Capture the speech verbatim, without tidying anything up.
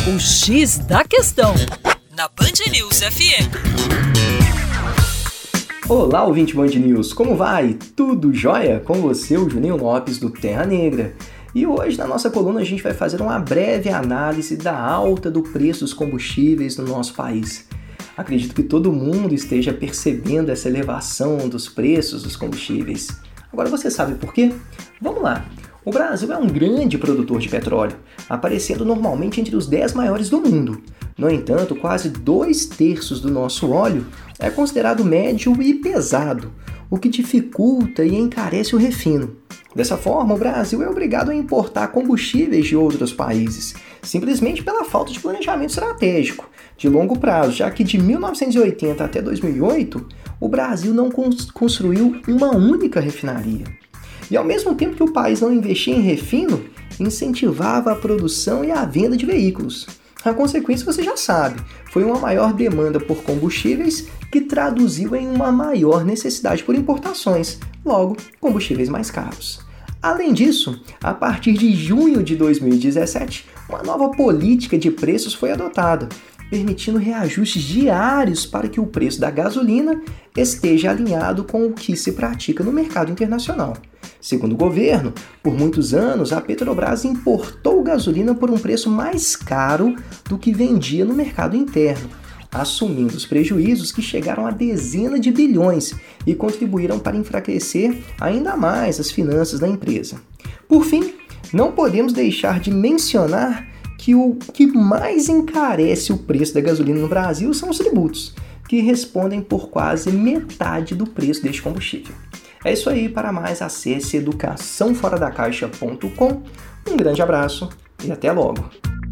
O X da Questão, na Band News F M. Olá, ouvinte Band News, como vai? Tudo jóia? Com você, o Juninho Lopes, do Terra Negra. E hoje, na nossa coluna, a gente vai fazer uma breve análise da alta do preço dos combustíveis no nosso país. Acredito que todo mundo esteja percebendo essa elevação dos preços dos combustíveis. Agora, você sabe por quê? Vamos lá! O Brasil é um grande produtor de petróleo, aparecendo normalmente entre os dez maiores do mundo. No entanto, quase dois terços do nosso óleo é considerado médio e pesado, o que dificulta e encarece o refino. Dessa forma, o Brasil é obrigado a importar combustíveis de outros países, simplesmente pela falta de planejamento estratégico de longo prazo, já que de mil novecentos e oitenta até dois mil e oito, o Brasil não construiu uma única refinaria. E ao mesmo tempo que o país não investia em refino, incentivava a produção e a venda de veículos. A consequência você já sabe, foi uma maior demanda por combustíveis que traduziu em uma maior necessidade por importações, logo, combustíveis mais caros. Além disso, a partir de junho de dois mil e dezessete, uma nova política de preços foi adotada, permitindo reajustes diários para que o preço da gasolina esteja alinhado com o que se pratica no mercado internacional. Segundo o governo, por muitos anos a Petrobras importou gasolina por um preço mais caro do que vendia no mercado interno, assumindo os prejuízos que chegaram a dezenas de bilhões e contribuíram para enfraquecer ainda mais as finanças da empresa. Por fim, não podemos deixar de mencionar que o que mais encarece o preço da gasolina no Brasil são os tributos, que respondem por quase metade do preço deste combustível. É isso aí, para mais acesse educação fora da caixa ponto com. Um grande abraço e até logo!